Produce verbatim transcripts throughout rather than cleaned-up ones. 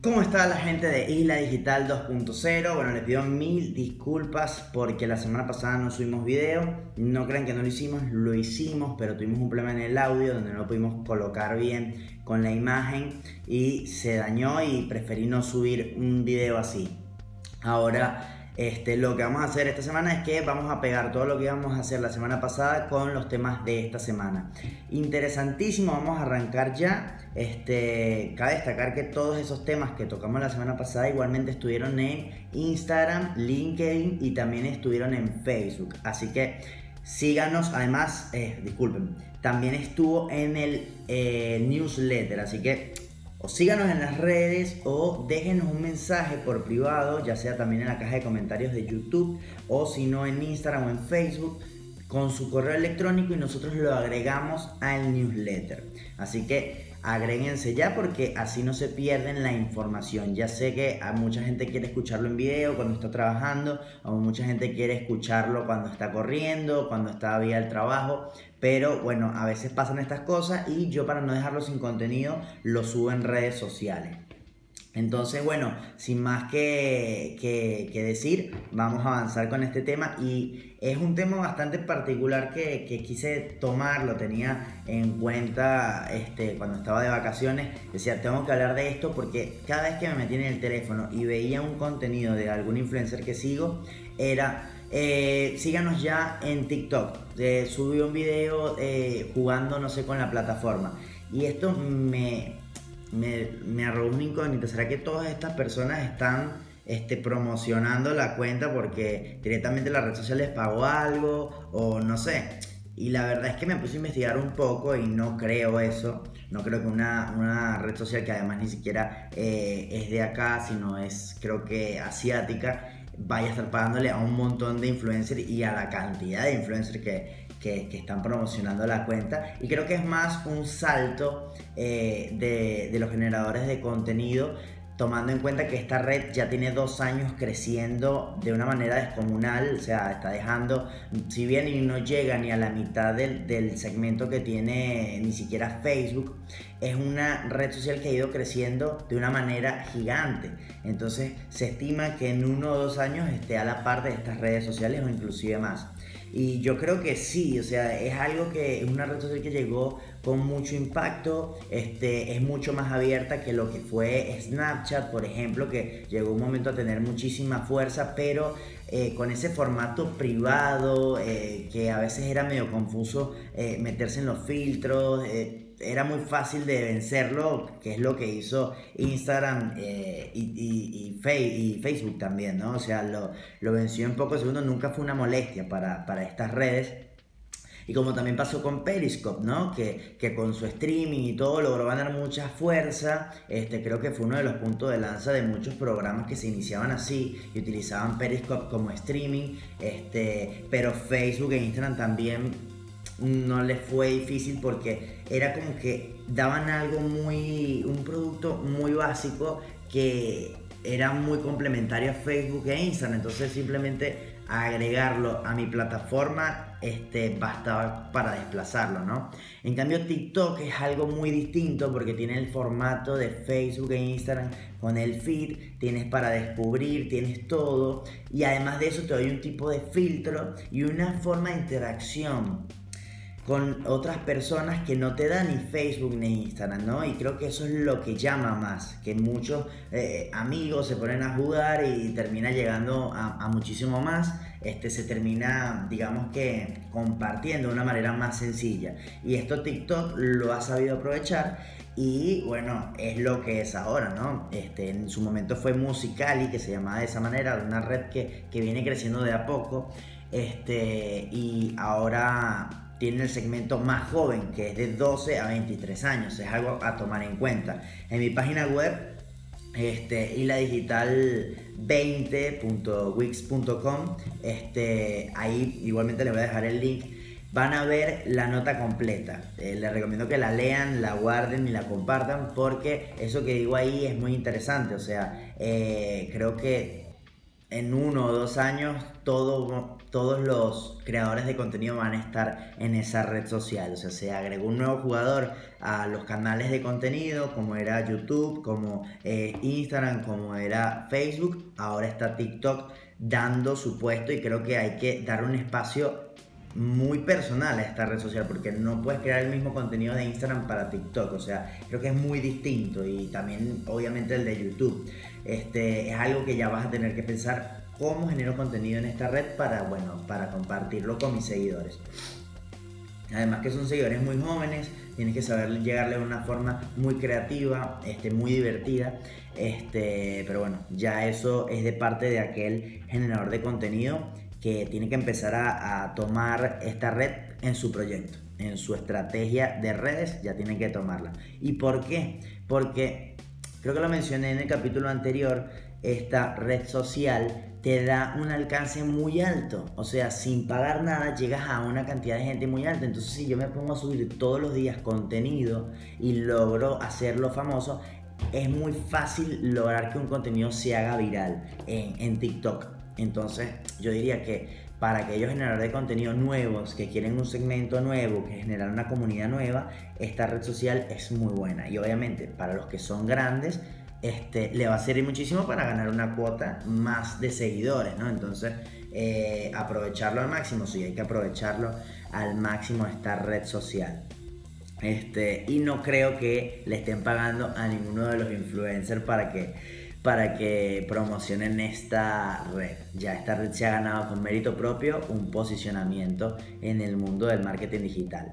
¿Cómo está la gente de Isla Digital dos punto cero? Bueno, les pido mil disculpas porque la semana pasada no subimos video. No crean que no lo hicimos, lo hicimos, pero tuvimos un problema en el audio donde no lo pudimos colocar bien con la imagen y se dañó y preferí no subir un video así. Ahora, este, lo que vamos a hacer esta semana es que vamos a pegar todo lo que íbamos a hacer la semana pasada con los temas de esta semana. Interesantísimo, vamos a arrancar ya. Este, cabe destacar que todos esos temas que tocamos la semana pasada igualmente estuvieron en Instagram, LinkedIn y también estuvieron en Facebook. Así que síganos, además, eh, disculpen, también estuvo en el eh, newsletter, así que o síganos en las redes o déjenos un mensaje por privado, ya sea también en la caja de comentarios de YouTube o si no en Instagram o en Facebook con su correo electrónico y nosotros lo agregamos al newsletter. Así que agréguense ya porque así no se pierden la información. Ya sé que a mucha gente quiere escucharlo en video cuando está trabajando, o mucha gente quiere escucharlo cuando está corriendo, cuando está vía el trabajo, pero bueno, a veces pasan estas cosas y yo, para no dejarlo sin contenido, lo subo en redes sociales. Entonces, bueno, sin más que, que, que decir, vamos a avanzar con este tema y es un tema bastante particular que, que quise tomar, lo tenía en cuenta este, cuando estaba de vacaciones. Decía, tengo que hablar de esto porque cada vez que me metí en el teléfono y veía un contenido de algún influencer que sigo, era... Eh, síganos ya en TikTok. Eh, subí un video eh, jugando, no sé, con la plataforma. Y esto me, me, me arrojó una incógnita. ¿Será que todas estas personas están este, promocionando la cuenta porque directamente la red social les pagó algo? O no sé. Y la verdad es que me puse a investigar un poco y no creo eso. No creo que una, una red social que además ni siquiera eh, es de acá, sino es, creo que asiática, vaya a estar pagándole a un montón de influencers y a la cantidad de influencers que, que, que están promocionando la cuenta. Y creo que es más un salto eh, de, de los generadores de contenido, tomando en cuenta que esta red ya tiene dos años creciendo de una manera descomunal. O sea, está dejando, si bien y no llega ni a la mitad del, del segmento que tiene ni siquiera Facebook, es una red social que ha ido creciendo de una manera gigante. Entonces se estima que en uno o dos años esté a la par de estas redes sociales o inclusive más. Y yo creo que sí, o sea, es algo que es una red social que llegó con mucho impacto, este, es mucho más abierta que lo que fue Snapchat, por ejemplo, que llegó un momento a tener muchísima fuerza, pero eh, con ese formato privado, eh, que a veces era medio confuso eh, meterse en los filtros, eh, era muy fácil de vencerlo, que es lo que hizo Instagram eh, y, y, y, Fe y Facebook también, ¿no? O sea, lo, lo venció en pocos segundos, nunca fue una molestia para, para estas redes. Y como también pasó con Periscope, ¿no? Que, que con su streaming y todo logró ganar mucha fuerza. Este, creo que fue uno de los puntos de lanza de muchos programas que se iniciaban así y utilizaban Periscope como streaming. Este, pero Facebook e Instagram también no les fue difícil porque era como que daban algo muy, un producto muy básico que era muy complementario a Facebook e Instagram. Entonces simplemente agregarlo a mi plataforma este, bastaba para desplazarlo, ¿no? En cambio TikTok es algo muy distinto porque tiene el formato de Facebook e Instagram con el feed, tienes para descubrir, tienes todo y además de eso te doy un tipo de filtro y una forma de interacción con otras personas que no te da ni Facebook ni Instagram, ¿no? Y creo que eso es lo que llama más, que muchos eh, amigos se ponen a jugar y termina llegando a, a muchísimo más, este, se termina, digamos que, compartiendo de una manera más sencilla. Y esto TikTok lo ha sabido aprovechar y bueno, es lo que es ahora, ¿no? Este, en su momento fue Musical.ly, que se llamaba de esa manera, una red que, que viene creciendo de a poco, este, y ahora tiene el segmento más joven, que es de doce a veintitrés años. Es algo a tomar en cuenta. En mi página web, este, isla digital veinte punto wix punto com, este, ahí igualmente les voy a dejar el link. Van a ver la nota completa. Eh, les recomiendo que la lean, la guarden y la compartan porque eso que digo ahí es muy interesante. O sea, eh, creo que en uno o dos años todo, todos los creadores de contenido van a estar en esa red social. O sea, se agregó un nuevo jugador a los canales de contenido, como era YouTube, como eh, Instagram, como era Facebook. Ahora está TikTok dando su puesto, y creo que hay que dar un espacio muy personal a esta red social, porque no puedes crear el mismo contenido de Instagram para TikTok. O sea, creo que es muy distinto, y también obviamente el de YouTube. Este, es algo que ya vas a tener que pensar cómo genero contenido en esta red para, bueno, para compartirlo con mis seguidores. Además que son seguidores muy jóvenes, tienes que saber llegarle de una forma muy creativa, este, muy divertida. Este, pero bueno, ya eso es de parte de aquel generador de contenido que tiene que empezar a, a tomar esta red en su proyecto, en su estrategia de redes, ya tiene que tomarla. ¿Y por qué? Porque creo que lo mencioné en el capítulo anterior, esta red social te da un alcance muy alto. O sea, sin pagar nada llegas a una cantidad de gente muy alta. Entonces, si yo me pongo a subir todos los días contenido y logro hacerlo famoso, es muy fácil lograr que un contenido se haga viral en, en TikTok. Entonces, yo diría que para aquellos generadores de contenido nuevos que quieren un segmento nuevo, que generar una comunidad nueva, esta red social es muy buena. Y obviamente para los que son grandes, este, le va a servir muchísimo para ganar una cuota más de seguidores, ¿no? Entonces, eh, aprovecharlo al máximo. Sí, hay que aprovecharlo al máximo esta red social. Este, y no creo que le estén pagando a ninguno de los influencers para que para que promocionen esta red. Ya esta red se ha ganado con mérito propio un posicionamiento en el mundo del marketing digital.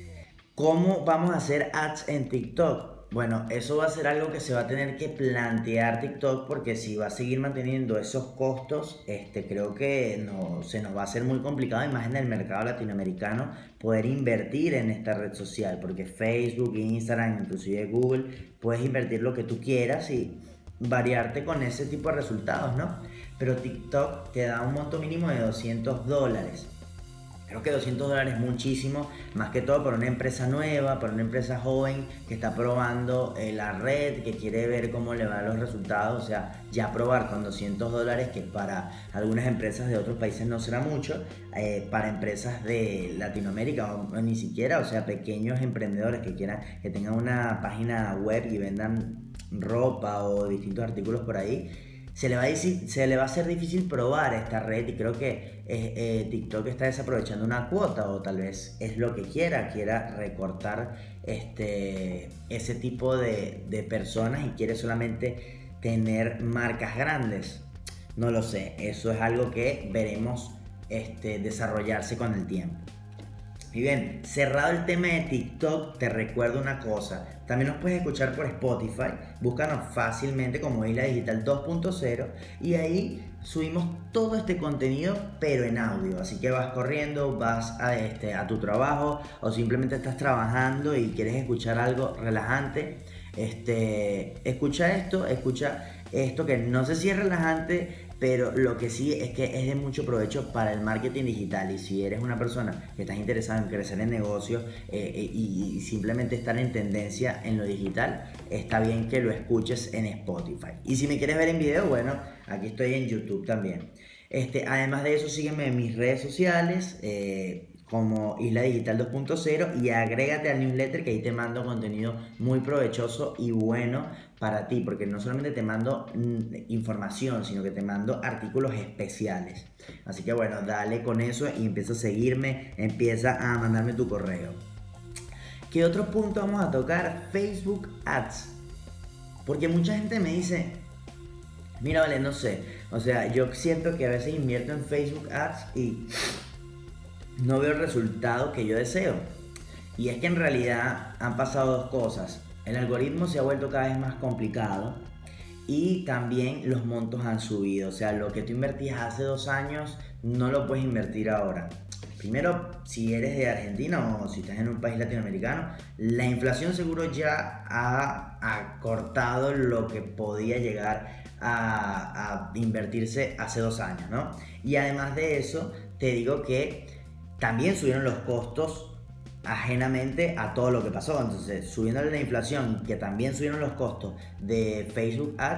¿Cómo vamos a hacer ads en TikTok? Bueno, eso va a ser algo que se va a tener que plantear TikTok, porque si va a seguir manteniendo esos costos, este, creo que no, se nos va a hacer muy complicado, y más en el mercado latinoamericano, poder invertir en esta red social, porque Facebook, Instagram, inclusive Google, puedes invertir lo que tú quieras y variarte con ese tipo de resultados, ¿no? Pero TikTok te da un monto mínimo de doscientos dólares. Creo que doscientos dólares es muchísimo, más que todo para una empresa nueva, para una empresa joven que está probando eh, la red, que quiere ver cómo le van los resultados. O sea, ya probar con doscientos dólares, que para algunas empresas de otros países no será mucho, eh, para empresas de Latinoamérica o, o ni siquiera, o sea, pequeños emprendedores que quieran, que tengan una página web y vendan ropa o distintos artículos por ahí, se le va a, decir, se le va a hacer difícil probar esta red. Y creo que eh, eh, TikTok está desaprovechando una cuota, o tal vez es lo que quiera, quiera recortar este, ese tipo de, de personas, y quiere solamente tener marcas grandes. No lo sé, eso es algo que veremos este, desarrollarse con el tiempo. Y bien, cerrado el tema de TikTok, te recuerdo una cosa. También nos puedes escuchar por Spotify. Búscanos fácilmente como Isla Digital dos punto cero, y ahí subimos todo este contenido, pero en audio. Así que vas corriendo, vas a, este, a tu trabajo, o simplemente estás trabajando y quieres escuchar algo relajante. Este, escucha esto, escucha esto, que no sé si es relajante, pero lo que sí es que es de mucho provecho para el marketing digital. Y si eres una persona que estás interesada en crecer en negocios eh, y, y simplemente estar en tendencia en lo digital, está bien que lo escuches en Spotify. Y si me quieres ver en video, bueno, aquí estoy en YouTube también. Este, además de eso, sígueme en mis redes sociales, eh, como Isla Digital dos punto cero, y agrégate al newsletter, que ahí te mando contenido muy provechoso y bueno para ti, porque no solamente te mando mm, información, sino que te mando artículos especiales. Así que bueno, dale con eso y empieza a seguirme, empieza a mandarme tu correo. ¿Qué otro punto vamos a tocar? Facebook Ads. Porque mucha gente me dice, mira, vale, no sé, o sea, yo siento que a veces invierto en Facebook Ads y no veo el resultado que yo deseo. Y es que en realidad han pasado dos cosas. El algoritmo se ha vuelto cada vez más complicado, y también los montos han subido. O sea, lo que tú invertías hace dos años no lo puedes invertir ahora. Primero, si eres de Argentina o si estás en un país latinoamericano, la inflación seguro ya ha acortado lo que podía llegar a, a invertirse hace dos años, ¿no? Y además de eso, te digo que también subieron los costos ajenamente a todo lo que pasó. Entonces, subiendo la inflación, que también subieron los costos de Facebook Ads,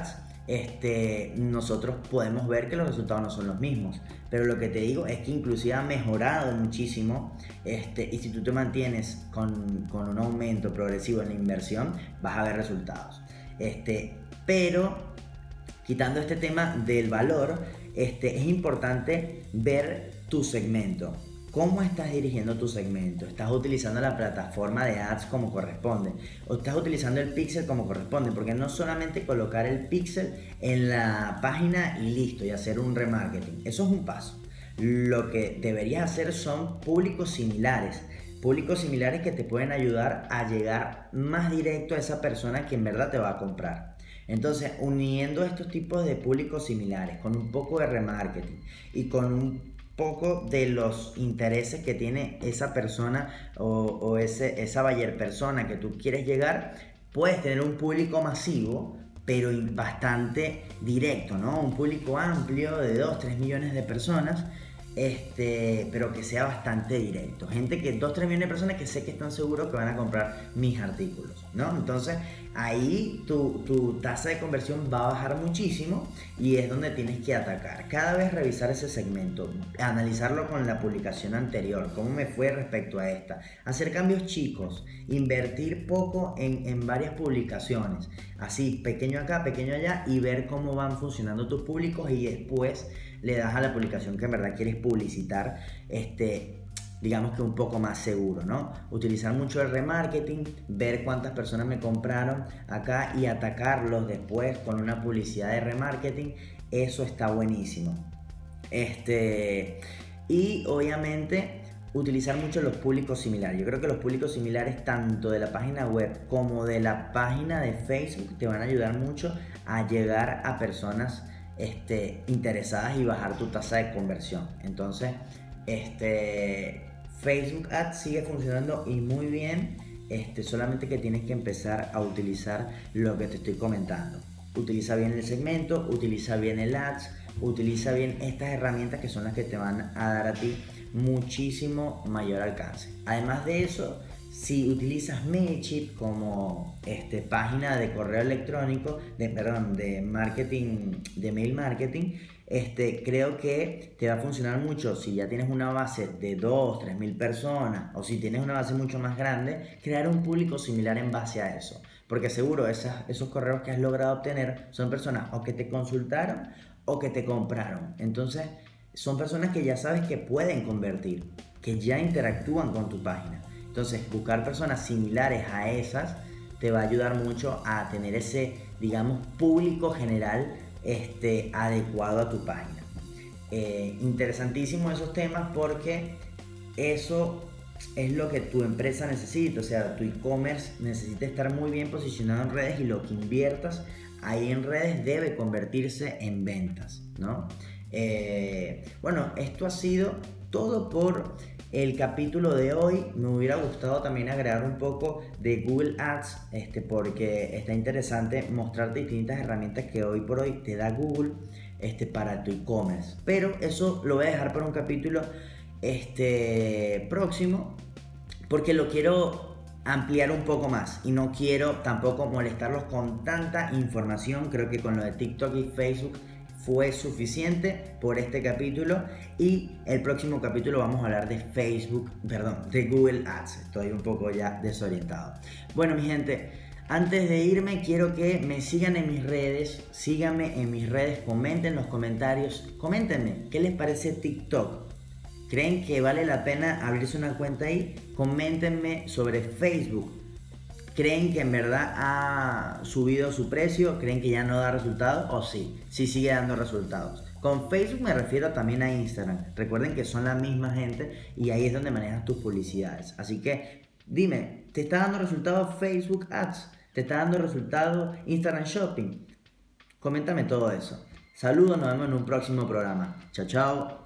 este, nosotros podemos ver que los resultados no son los mismos. Pero lo que te digo es que inclusive ha mejorado muchísimo, este, y si tú te mantienes con, con un aumento progresivo en la inversión, vas a ver resultados. Este, pero quitando este tema del valor, este, es importante ver tu segmento. ¿Cómo estás dirigiendo tu segmento? ¿Estás utilizando la plataforma de ads como corresponde? ¿O estás utilizando el pixel como corresponde? Porque no solamente colocar el pixel en la página y listo, y hacer un remarketing. Eso es un paso. Lo que deberías hacer son públicos similares. Públicos similares que te pueden ayudar a llegar más directo a esa persona que en verdad te va a comprar. Entonces, uniendo estos tipos de públicos similares con un poco de remarketing y con un poco de los intereses que tiene esa persona o, o ese, esa buyer persona que tú quieres llegar, puedes tener un público masivo pero bastante directo, ¿no? Un público amplio de dos, tres millones de personas, este, pero que sea bastante directo. Gente que, dos, tres millones de personas que sé que están seguros que van a comprar mis artículos, ¿no? Entonces, ahí tu, tu tasa de conversión va a bajar muchísimo y es donde tienes que atacar. Cada vez revisar ese segmento, analizarlo con la publicación anterior, cómo me fue respecto a esta, hacer cambios chicos, invertir poco en, en varias publicaciones, así, pequeño acá, pequeño allá, y ver cómo van funcionando tus públicos y después le das a la publicación que en verdad quieres publicitar, este, digamos que un poco más seguro, ¿no? Utilizar mucho el remarketing, ver cuántas personas me compraron acá y atacarlos después con una publicidad de remarketing, eso está buenísimo. Este, y obviamente utilizar mucho los públicos similares. Yo creo que los públicos similares tanto de la página web como de la página de Facebook te van a ayudar mucho a llegar a personas este, interesadas y bajar tu tasa de conversión. Entonces, este, Facebook Ads sigue funcionando y muy bien, este, solamente que tienes que empezar a utilizar lo que te estoy comentando. Utiliza bien el segmento, utiliza bien el Ads, utiliza bien estas herramientas que son las que te van a dar a ti muchísimo mayor alcance. Además de eso, si utilizas MailChimp como este, página de correo electrónico, de, perdón, de marketing, de mail marketing, este, creo que te va a funcionar mucho si ya tienes una base de dos, tres mil personas, o si tienes una base mucho más grande, crear un público similar en base a eso. Porque seguro esas, esos correos que has logrado obtener son personas o que te consultaron o que te compraron. Entonces, son personas que ya sabes que pueden convertir, que ya interactúan con tu página. Entonces, buscar personas similares a esas te va a ayudar mucho a tener ese, digamos, público general este, adecuado a tu página. Eh, interesantísimo esos temas porque eso es lo que tu empresa necesita. O sea, tu e-commerce necesita estar muy bien posicionado en redes y lo que inviertas ahí en redes debe convertirse en ventas, ¿no? Eh, bueno, esto ha sido todo por el capítulo de hoy. Me hubiera gustado también agregar un poco de Google Ads, este, porque está interesante mostrarte distintas herramientas que hoy por hoy te da Google este, para tu e-commerce. Pero eso lo voy a dejar para un capítulo este, próximo, porque lo quiero ampliar un poco más y no quiero tampoco molestarlos con tanta información. Creo que con lo de TikTok y Facebook fue suficiente por este capítulo y el próximo capítulo vamos a hablar de Facebook, perdón, de Google Ads. Estoy un poco ya desorientado. Bueno, mi gente, antes de irme quiero que me sigan en mis redes, síganme en mis redes, comenten en los comentarios, coméntenme qué les parece TikTok. ¿Creen que vale la pena abrirse una cuenta ahí? Coméntenme sobre Facebook. ¿Creen que en verdad ha subido su precio? ¿Creen que ya no da resultados? ¿O sí? Sí sigue dando resultados. Con Facebook me refiero también a Instagram. Recuerden que son la misma gente y ahí es donde manejas tus publicidades. Así que dime, ¿te está dando resultados Facebook Ads? ¿Te está dando resultados Instagram Shopping? Coméntame todo eso. Saludos, nos vemos en un próximo programa. Chao, chao.